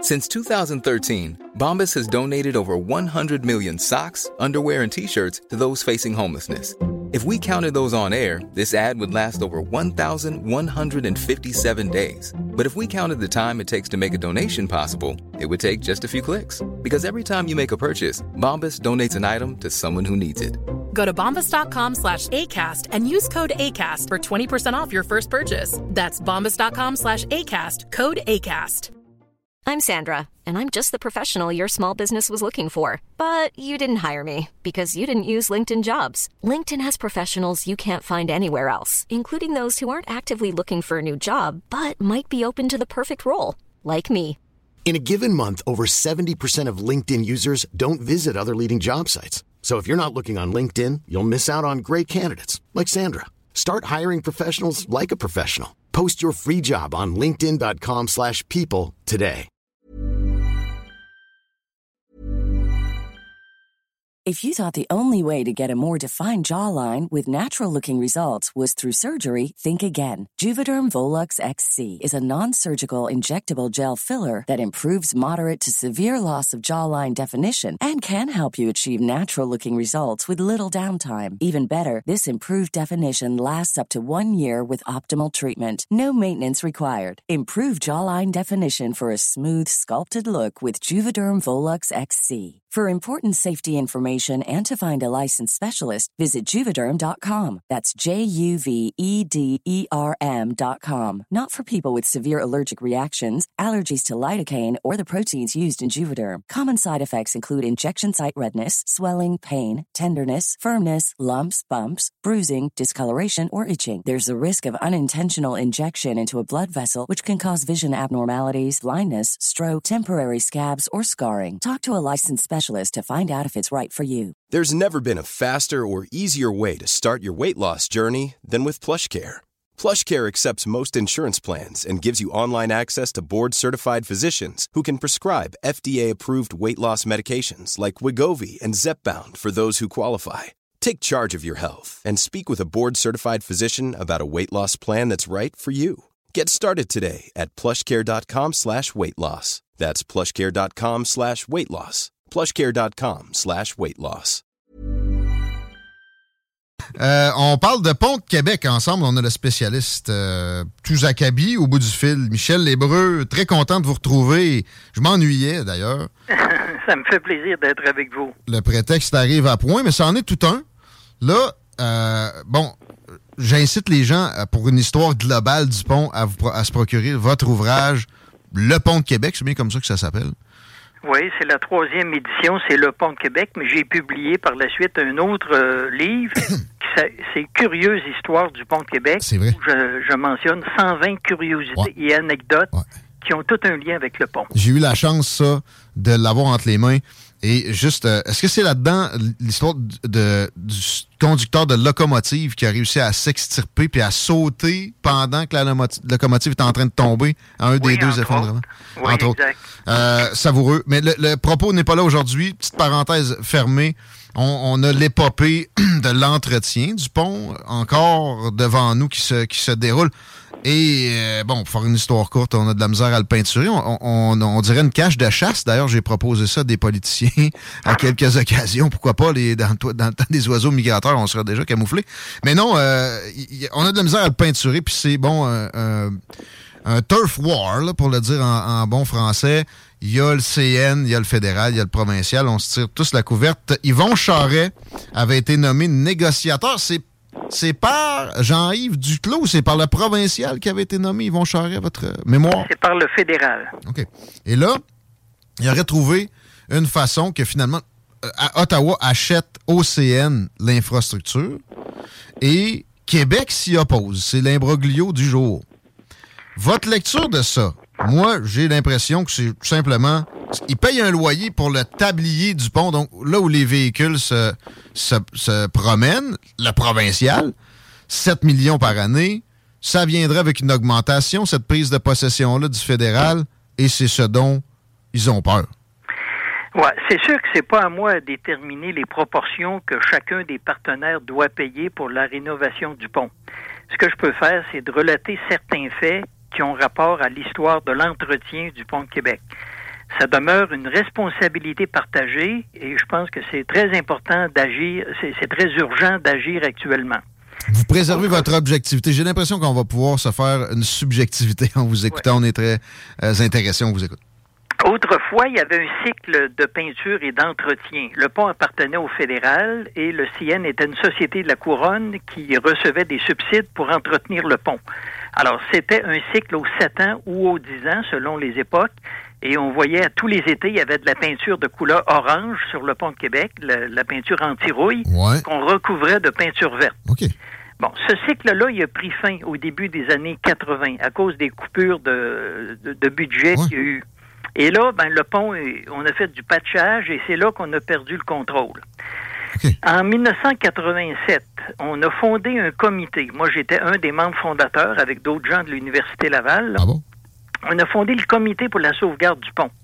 Since 2013, Bombas has donated over 100 million socks, underwear, and T-shirts to those facing homelessness. If we counted those on air, this ad would last over 1,157 days. But if we counted the time it takes to make a donation possible, it would take just a few clicks. Because every time you make a purchase, Bombas donates an item to someone who needs it. Go to bombas.com/ACAST and use code ACAST for 20% off your first purchase. That's bombas.com/ACAST, code ACAST. I'm Sandra, and I'm just the professional your small business was looking for. But you didn't hire me because you didn't use LinkedIn Jobs. LinkedIn has professionals you can't find anywhere else, including those who aren't actively looking for a new job, but might be open to the perfect role, like me. In a given month, over 70% of LinkedIn users don't visit other leading job sites. So if you're not looking on LinkedIn, you'll miss out on great candidates, like Sandra. Start hiring professionals like a professional. Post your free job on linkedin.com/people today. If you thought the only way to get a more defined jawline with natural-looking results was through surgery, think again. Juvederm Volux XC is a non-surgical injectable gel filler that improves moderate to severe loss of jawline definition and can help you achieve natural-looking results with little downtime. Even better, this improved definition lasts up to 1 year with optimal treatment. No maintenance required. Improve jawline definition for a smooth, sculpted look with Juvederm Volux XC. For important safety information and to find a licensed specialist, visit Juvederm.com. That's JUVEDERM.com. Not for people with severe allergic reactions, allergies to lidocaine, or the proteins used in Juvederm. Common side effects include injection site redness, swelling, pain, tenderness, firmness, lumps, bumps, bruising, discoloration, or itching. There's a risk of unintentional injection into a blood vessel, which can cause vision abnormalities, blindness, stroke, temporary scabs, or scarring. Talk to a licensed specialist to find out if it's right for you. There's never been a faster or easier way to start your weight loss journey than with PlushCare. PlushCare accepts most insurance plans and gives you online access to board-certified physicians who can prescribe FDA-approved weight loss medications like Wegovy and Zepbound for those who qualify. Take charge of your health and speak with a board-certified physician about a weight loss plan that's right for you. Get started today at plushcare.com/weight loss. That's plushcare.com/weight loss. plushcare.com/weight loss. On parle de Pont de Québec ensemble. On a le spécialiste Touzakabi au bout du fil. Michel Lébreux, très content de vous retrouver. Je m'ennuyais d'ailleurs. Ça me fait plaisir d'être avec vous. Le prétexte arrive à point, mais ça en est tout un. Là, j'incite les gens pour une histoire globale du pont à se procurer votre ouvrage, Le Pont de Québec. C'est bien comme ça que ça s'appelle. Oui, c'est la 3e édition, c'est Le Pont de Québec, mais j'ai publié par la suite un autre livre, c'est Curieuse histoire du Pont de Québec. C'est vrai. Où je mentionne 120 curiosités et anecdotes qui ont tout un lien avec le pont. J'ai eu la chance, ça, de l'avoir entre les mains. Et juste, est-ce que c'est là-dedans l'histoire du conducteur de locomotive qui a réussi à s'extirper puis à sauter pendant que la locomotive était en train de tomber à un des deux effondrements? Oui, entre exact. Autres. Savoureux. Mais le propos n'est pas là aujourd'hui. Petite parenthèse fermée. On a l'épopée de l'entretien du pont encore devant nous qui se déroule. Et pour faire une histoire courte, on a de la misère à le peinturer. On dirait une cache de chasse. D'ailleurs, j'ai proposé ça à des politiciens à quelques occasions. Pourquoi pas, dans le temps des oiseaux migrateurs, on serait déjà camouflés. Mais non, on a de la misère à le peinturer. Puis c'est un turf war, là, pour le dire en bon français. Il y a le CN, il y a le fédéral, il y a le provincial. On se tire tous la couverte. Yvon Charest avait été nommé négociateur. C'est par Jean-Yves Duclos ou c'est par le provincial qui avait été nommé, Yvon Charest, à votre mémoire? C'est par le fédéral. OK. Et là, il aurait trouvé une façon que finalement, Ottawa achète au CN l'infrastructure et Québec s'y oppose. C'est l'imbroglio du jour. Votre lecture de ça, moi, j'ai l'impression que c'est tout simplement... Ils payent un loyer pour le tablier du pont, donc là où les véhicules se promènent, le provincial, 7 millions par année, ça viendrait avec une augmentation, cette prise de possession-là du fédéral, et c'est ce dont ils ont peur. Oui, c'est sûr que c'est pas à moi à déterminer les proportions que chacun des partenaires doit payer pour la rénovation du pont. Ce que je peux faire, c'est de relater certains faits qui ont rapport à l'histoire de l'entretien du pont de Québec. Ça demeure une responsabilité partagée et je pense que c'est très important d'agir, c'est très urgent d'agir actuellement. Vous préservez votre objectivité. J'ai l'impression qu'on va pouvoir se faire une subjectivité en vous écoutant. Ouais. On est très intéressés, on vous écoute. Autrefois, il y avait un cycle de peinture et d'entretien. Le pont appartenait au fédéral et le CN était une société de la couronne qui recevait des subsides pour entretenir le pont. Alors, c'était un cycle aux 7 ans ou aux 10 ans, selon les époques. Et on voyait à tous les étés, il y avait de la peinture de couleur orange sur le pont de Québec, la peinture anti-rouille, qu'on recouvrait de peinture verte. OK. Bon, ce cycle-là, il a pris fin au début des années 80 à cause des coupures de budget qu'il y a eu. Et là, le pont, on a fait du patchage et c'est là qu'on a perdu le contrôle. Okay. En 1987, on a fondé un comité. Moi, j'étais un des membres fondateurs avec d'autres gens de l'Université Laval. Ah bon? On a fondé le comité pour la sauvegarde du pont.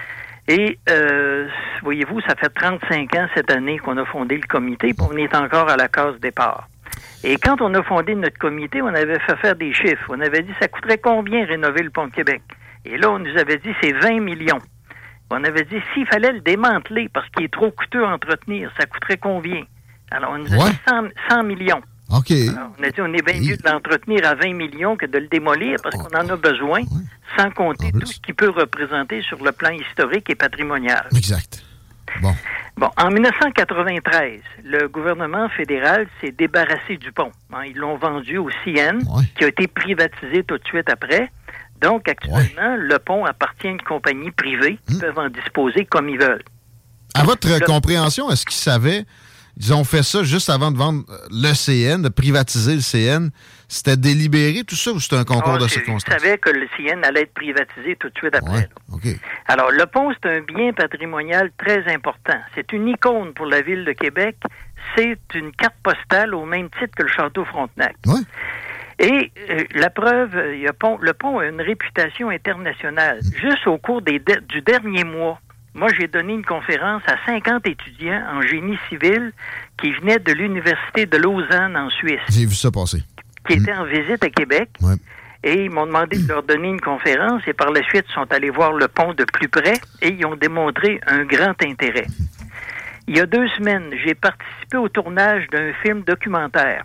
Et, voyez-vous, ça fait 35 ans cette année qu'on a fondé le comité, puis on est encore à la case départ. Et quand on a fondé notre comité, on avait fait faire des chiffres. On avait dit, ça coûterait combien rénover le pont de Québec? Et là, on nous avait dit, c'est 20 millions. On avait dit, s'il fallait le démanteler parce qu'il est trop coûteux à entretenir, ça coûterait combien? Alors, on nous a dit 100 millions. OK. Alors, on a dit, on est bien mieux de l'entretenir à 20 millions que de le démolir parce qu'on en a besoin, sans compter tout ce qu'il peut représenter sur le plan historique et patrimonial. Exact. Bon, en 1993, le gouvernement fédéral s'est débarrassé du pont. Ils l'ont vendu au CN, qui a été privatisé tout de suite après. Donc, actuellement, le pont appartient à une compagnie privée qui peuvent en disposer comme ils veulent. À votre compréhension, est-ce qu'ils savaient, ils ont fait ça juste avant de vendre le CN, de privatiser le CN? C'était délibéré, tout ça, ou c'était un concours de circonstances? Ils savaient que le CN allait être privatisé tout de suite après. Okay. Alors, le pont, c'est un bien patrimonial très important. C'est une icône pour la Ville de Québec. C'est une carte postale au même titre que le Château Frontenac. Oui. Et la preuve, le pont a une réputation internationale. Juste au cours du dernier mois, moi, j'ai donné une conférence à 50 étudiants en génie civil qui venaient de l'Université de Lausanne en Suisse. J'ai vu ça passer. Qui étaient en visite à Québec. Ouais. Et ils m'ont demandé de leur donner une conférence et par la suite, ils sont allés voir le pont de plus près et ils ont démontré un grand intérêt. Il y a 2 semaines, j'ai participé au tournage d'un film documentaire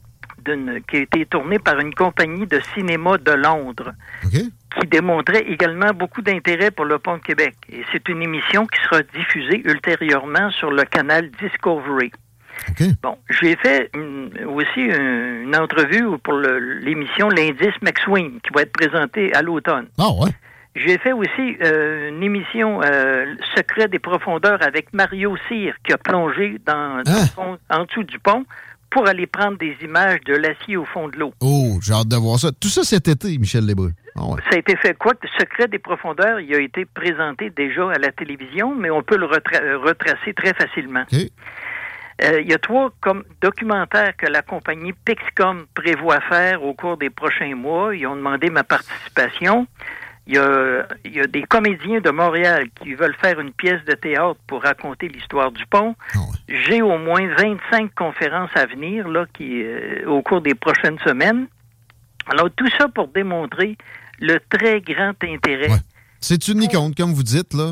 qui a été tourné par une compagnie de cinéma de Londres, qui démontrait également beaucoup d'intérêt pour le pont de Québec. Et c'est une émission qui sera diffusée ultérieurement sur le canal Discovery. Okay. Bon, j'ai fait aussi une entrevue pour l'émission L'Indice McSween, qui va être présentée à l'automne. Ah ouais? J'ai fait aussi une émission Secret des profondeurs avec Mario Cyr, qui a plongé en dessous du pont pour aller prendre des images de l'acier au fond de l'eau. Oh, j'ai hâte de voir ça. Tout ça cet été, Michel Lébreux. Oh, ouais. Ça a été fait quoi? Le Secret des profondeurs, il a été présenté déjà à la télévision, mais on peut le retracer très facilement. Okay. Il y a 3 documentaires que la compagnie Pixcom prévoit faire au cours des prochains mois. Ils ont demandé ma participation. Il y a des comédiens de Montréal qui veulent faire une pièce de théâtre pour raconter l'histoire du pont. Oh ouais. J'ai au moins 25 conférences à venir là, au cours des prochaines semaines. Alors, tout ça pour démontrer le très grand intérêt. Ouais. C'est une icône, comme vous dites, là.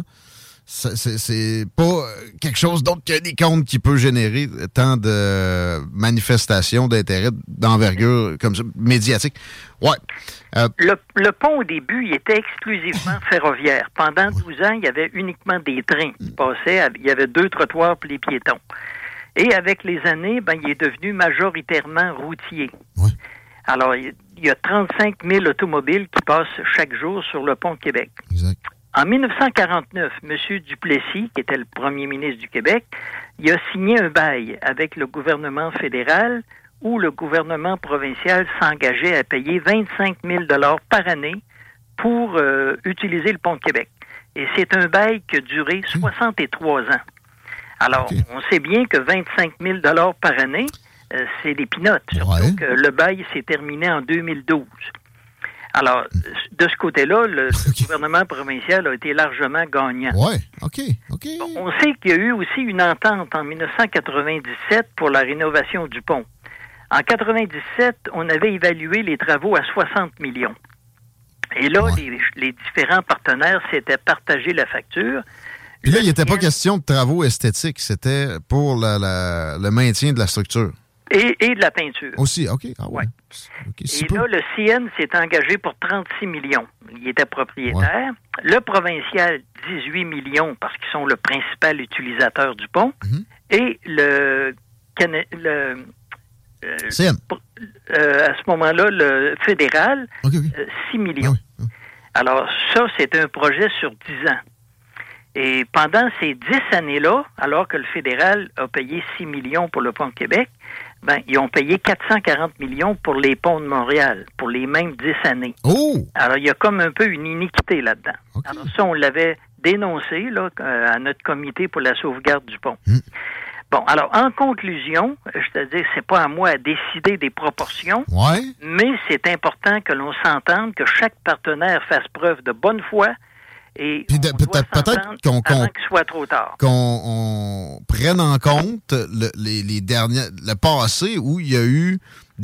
C'est pas quelque chose d'autre qu'une icône qui peut générer tant de manifestations d'intérêt, d'envergure comme ça, médiatique. Ouais. Le pont, au début, il était exclusivement ferroviaire. Pendant 12 ans, il y avait uniquement des trains qui passaient. Il y avait 2 trottoirs pour les piétons. Et avec les années, il est devenu majoritairement routier. Ouais. Alors, il y a 35 000 automobiles qui passent chaque jour sur le pont de Québec. Exact. En 1949, M. Duplessis, qui était le premier ministre du Québec, il a signé un bail avec le gouvernement fédéral où le gouvernement provincial s'engageait à payer 25 000 $ par année pour utiliser le pont de Québec. Et c'est un bail qui a duré 63 ans. Alors, on sait bien que 25 000 $ par année, c'est des pinottes. Surtout que le bail s'est terminé en 2012. Alors, de ce côté-là, le gouvernement provincial a été largement gagnant. Oui, OK. On sait qu'il y a eu aussi une entente en 1997 pour la rénovation du pont. En 1997, on avait évalué les travaux à 60 millions. Et là, les différents partenaires s'étaient partagés la facture. Puis là, il n'était pas question de travaux esthétiques, c'était pour le maintien de la structure. Et de la peinture. Aussi, OK. Ah ouais. Okay, et là, le CN s'est engagé pour 36 millions. Il était propriétaire. Ouais. Le provincial, 18 millions, parce qu'ils sont le principal utilisateur du pont. Mm-hmm. Et le CN. À ce moment-là, le fédéral, 6 millions. Ah oui. Alors, ça, c'est un projet sur 10 ans. Et pendant ces 10 années-là, alors que le fédéral a payé 6 millions pour le pont de Québec, ils ont payé 440 millions pour les ponts de Montréal, pour les mêmes 10 années. Oh! Alors, il y a comme un peu une iniquité là-dedans. Okay. Alors, ça, on l'avait dénoncé là, à notre comité pour la sauvegarde du pont. Bon, alors, en conclusion, je te dis, c'est pas à moi à décider des proportions, mais c'est important que l'on s'entende, que chaque partenaire fasse preuve de bonne foi. Et puis peut-être qu'on avant qu'il soit trop tard. Qu'on prenne en compte le passé où il y a eu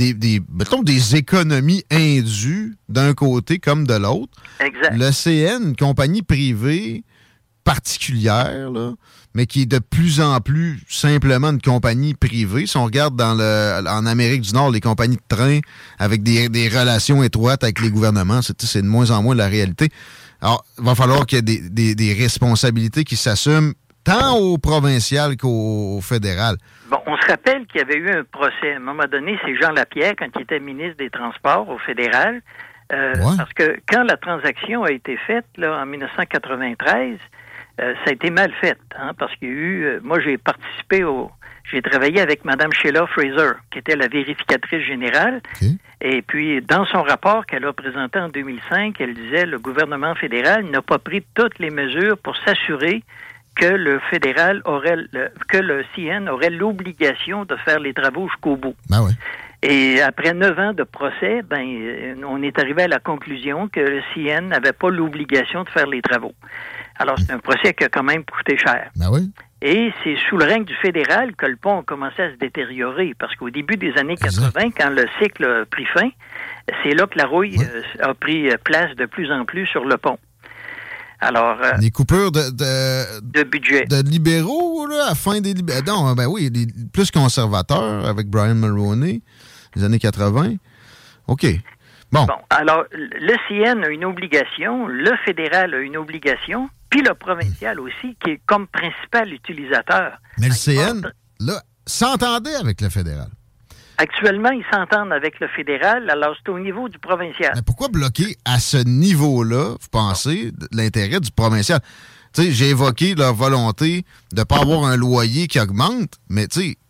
des économies indues d'un côté comme de l'autre. Exact. Le CN, une compagnie privée particulière, là, mais qui est de plus en plus simplement une compagnie privée. Si on regarde en Amérique du Nord, les compagnies de train avec des relations étroites avec les gouvernements, c'est de moins en moins la réalité. Alors, il va falloir qu'il y ait des responsabilités qui s'assument tant au provincial qu'au fédéral. Bon, on se rappelle qu'il y avait eu un procès. À un moment donné, c'est Jean Lapierre, quand il était ministre des Transports au fédéral, parce que quand la transaction a été faite là, en 1993, ça a été mal fait, parce qu'il y a eu... moi, j'ai participé J'ai travaillé avec Mme Sheila Fraser, qui était la vérificatrice générale. Okay. Et puis, dans son rapport qu'elle a présenté en 2005, elle disait le gouvernement fédéral n'a pas pris toutes les mesures pour s'assurer que le fédéral que le CN aurait l'obligation de faire les travaux jusqu'au bout. Ben ouais. Et après 9 ans de procès, on est arrivé à la conclusion que le CN n'avait pas l'obligation de faire les travaux. Alors, c'est un procès qui a quand même coûté cher. Ben oui. Et c'est sous le règne du fédéral que le pont a commencé à se détériorer. Parce qu'au début des années 80, quand le cycle a pris fin, c'est là que la rouille a pris place de plus en plus sur le pont. Alors... les coupures de budget. De libéraux, là, à la fin des libéraux. Non, les plus conservateurs avec Brian Mulroney, les années 80. OK. Bon, alors, le CN a une obligation, le fédéral a une obligation, puis le provincial aussi, qui est comme principal utilisateur. Mais le CN, là, s'entendait avec le fédéral. Actuellement, ils s'entendent avec le fédéral, alors c'est au niveau du provincial. Mais pourquoi bloquer à ce niveau-là, vous pensez, l'intérêt du provincial? Tu sais, j'ai évoqué leur volonté de ne pas avoir un loyer qui augmente, mais tu sais,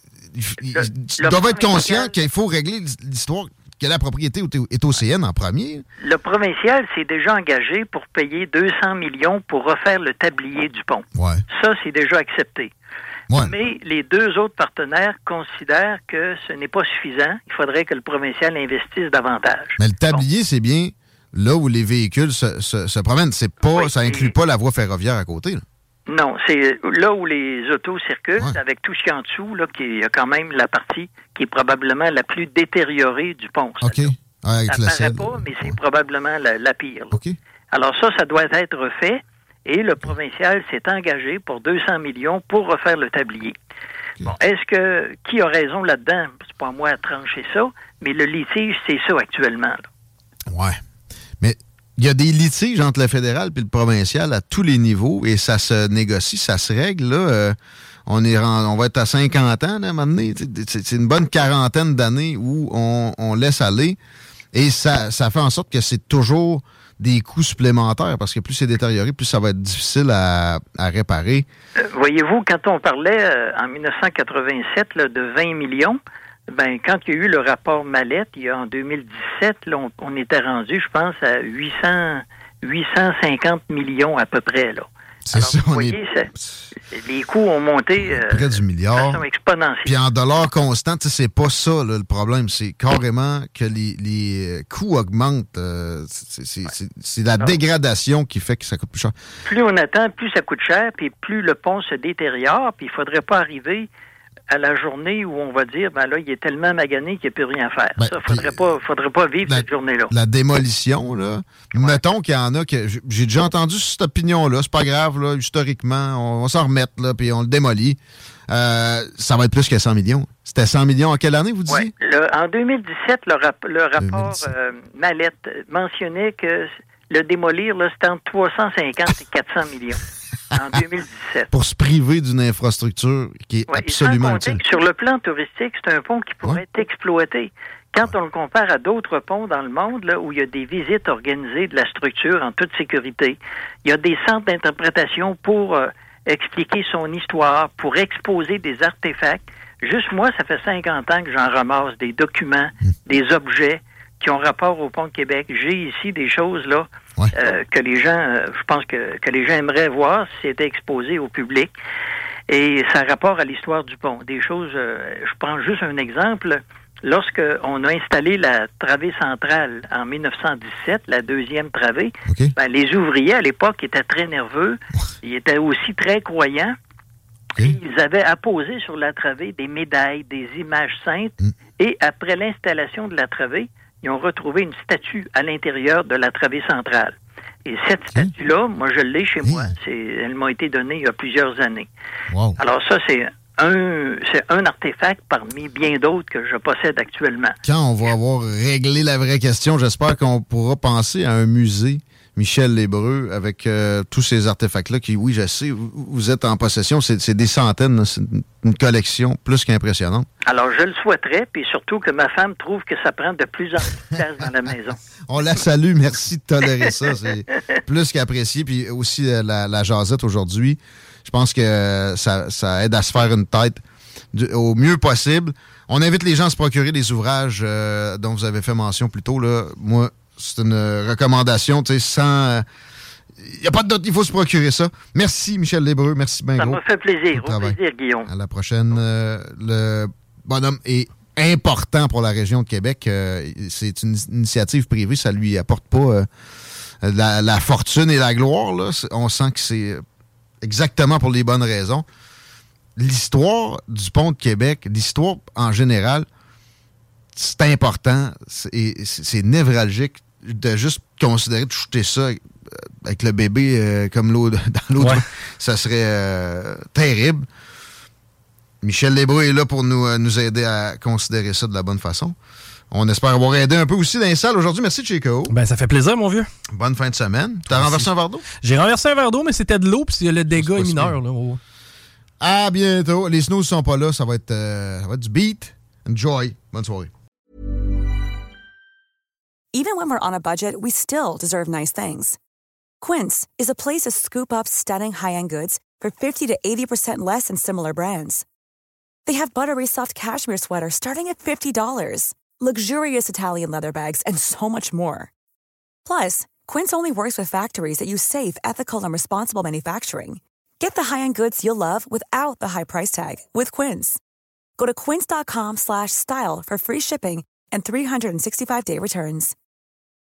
ils doivent être conscients qu'il faut régler l'histoire que la propriété est au CN en premier. Le provincial s'est déjà engagé pour payer 200 millions pour refaire le tablier du pont. Ouais. Ça, c'est déjà accepté. Ouais. Mais les deux autres partenaires considèrent que ce n'est pas suffisant. Il faudrait que le provincial investisse davantage. Mais le tablier, c'est bien là où les véhicules se promènent. C'est pas, ça inclut pas la voie ferroviaire à côté, là. Non, c'est là où les autos circulent, avec tout ce qu'il y a en dessous, là, il y a quand même la partie qui est probablement la plus détériorée du pont. OK. Avec ça ne paraît pas, mais c'est probablement la pire. OK. Alors ça doit être refait, et le provincial s'est engagé pour 200 millions pour refaire le tablier. Okay. Bon, qui a raison là-dedans? C'est pas moi à trancher ça, mais le litige, c'est ça actuellement, là. Ouais. Mais il y a des litiges entre le fédéral et le provincial à tous les niveaux et ça se négocie, ça se règle. Là, on va être à 50 ans, là, à un moment donné. C'est une bonne quarantaine d'années où on laisse aller et ça fait en sorte que c'est toujours des coûts supplémentaires parce que plus c'est détérioré, plus ça va être difficile à réparer. Voyez-vous, quand on parlait en 1987 là, de 20 millions, quand il y a eu le rapport Mallette, en 2017, là, on était rendu, je pense, à 850 millions à peu près, là. C'est alors, ça, vous voyez, les coûts ont monté près du milliard. De façon exponentielle. Puis en dollars constants, c'est pas ça là, le problème. C'est carrément que les coûts augmentent. C'est la dégradation qui fait que ça coûte plus cher. Plus on attend, plus ça coûte cher, puis plus le pont se détériore, puis il faudrait pas arriver à la journée où on va dire, ben là, il est tellement magané qu'il n'y a plus rien à faire. Ben, ça, faudrait pas vivre cette journée-là. La démolition, là, mettons qu'il y en a que... J'ai déjà entendu cette opinion-là, c'est pas grave, là, historiquement, on va s'en remettre, là, puis on le démolit. Ça va être plus que 100 millions. C'était 100 millions en quelle année, vous disiez? Oui. En 2017, le rapport Mallette mentionnait que le démolir, là, c'était entre 350 et 400 millions. En 2017. Pour se priver d'une infrastructure qui est absolument utile. Sur le plan touristique, c'est un pont qui pourrait être exploité. Quand on le compare à d'autres ponts dans le monde, là, où il y a des visites organisées de la structure en toute sécurité, il y a des centres d'interprétation pour expliquer son histoire, pour exposer des artefacts. Juste moi, ça fait 50 ans que j'en ramasse des documents, des objets qui ont rapport au pont de Québec. J'ai ici des choses là que les gens, je pense que les gens aimeraient voir si c'était exposé au public. Et ça a rapport à l'histoire du pont. Des choses, je prends juste un exemple. Lorsqu'on a installé la travée centrale en 1917, la deuxième travée, ben, les ouvriers à l'époque étaient très nerveux. Ils étaient aussi très croyants. Et ils avaient apposé sur la travée des médailles, des images saintes. Et après l'installation de la travée, ils ont retrouvé une statue à l'intérieur de la travée centrale. Et cette statue-là, moi, je l'ai chez moi. Elle m'a été donnée il y a plusieurs années. Wow. Alors ça, c'est un artefact parmi bien d'autres que je possède actuellement. Quand on va avoir réglé la vraie question, j'espère qu'on pourra penser à un musée Michel Lébreux avec tous ces artefacts-là qui, oui, je sais, vous êtes en possession. C'est des centaines, c'est une collection plus qu'impressionnante. Alors, je le souhaiterais, puis surtout que ma femme trouve que ça prend de plus en plus de place dans la maison. On la salue, merci de tolérer ça. C'est plus qu'apprécié. Puis aussi, la jasette aujourd'hui, je pense que ça aide à se faire une tête au mieux possible. On invite les gens à se procurer des ouvrages dont vous avez fait mention plus tôt. Là. Moi, c'est une recommandation, tu sais, sans... Il n'y a pas de doute, il faut se procurer ça. Merci, Michel Lébreux. Merci bien gros. Ça m'a fait plaisir. Au plaisir, Guillaume. À la prochaine. Le bonhomme est important pour la région de Québec. C'est une initiative privée. Ça lui apporte pas la fortune et la gloire. Là. On sent que c'est exactement pour les bonnes raisons. L'histoire du pont de Québec, l'histoire en général, c'est important. C'est névralgique de juste considérer de shooter ça avec le bébé comme l'eau dans l'eau. Ouais. Ça serait terrible. Michel Lébreux est là pour nous aider à considérer ça de la bonne façon. On espère avoir aidé un peu aussi dans les salles aujourd'hui. Merci, Chico. Ben, ça fait plaisir, mon vieux. Bonne fin de semaine. T'as renversé un verre d'eau? J'ai renversé un verre d'eau, mais c'était de l'eau, puis le dégât est mineur. Là. Oh. À bientôt. Les snooze sont pas là. Ça va être du beat. Enjoy. Bonne soirée. Even when we're on a budget, we still deserve nice things. Quince is a place to scoop up stunning high-end goods for 50 to 80% less than similar brands. They have buttery soft cashmere sweaters starting at $50, luxurious Italian leather bags, and so much more. Plus, Quince only works with factories that use safe, ethical, and responsible manufacturing. Get the high-end goods you'll love without the high price tag with Quince. Go to quince.com/style for free shipping and 365-day returns.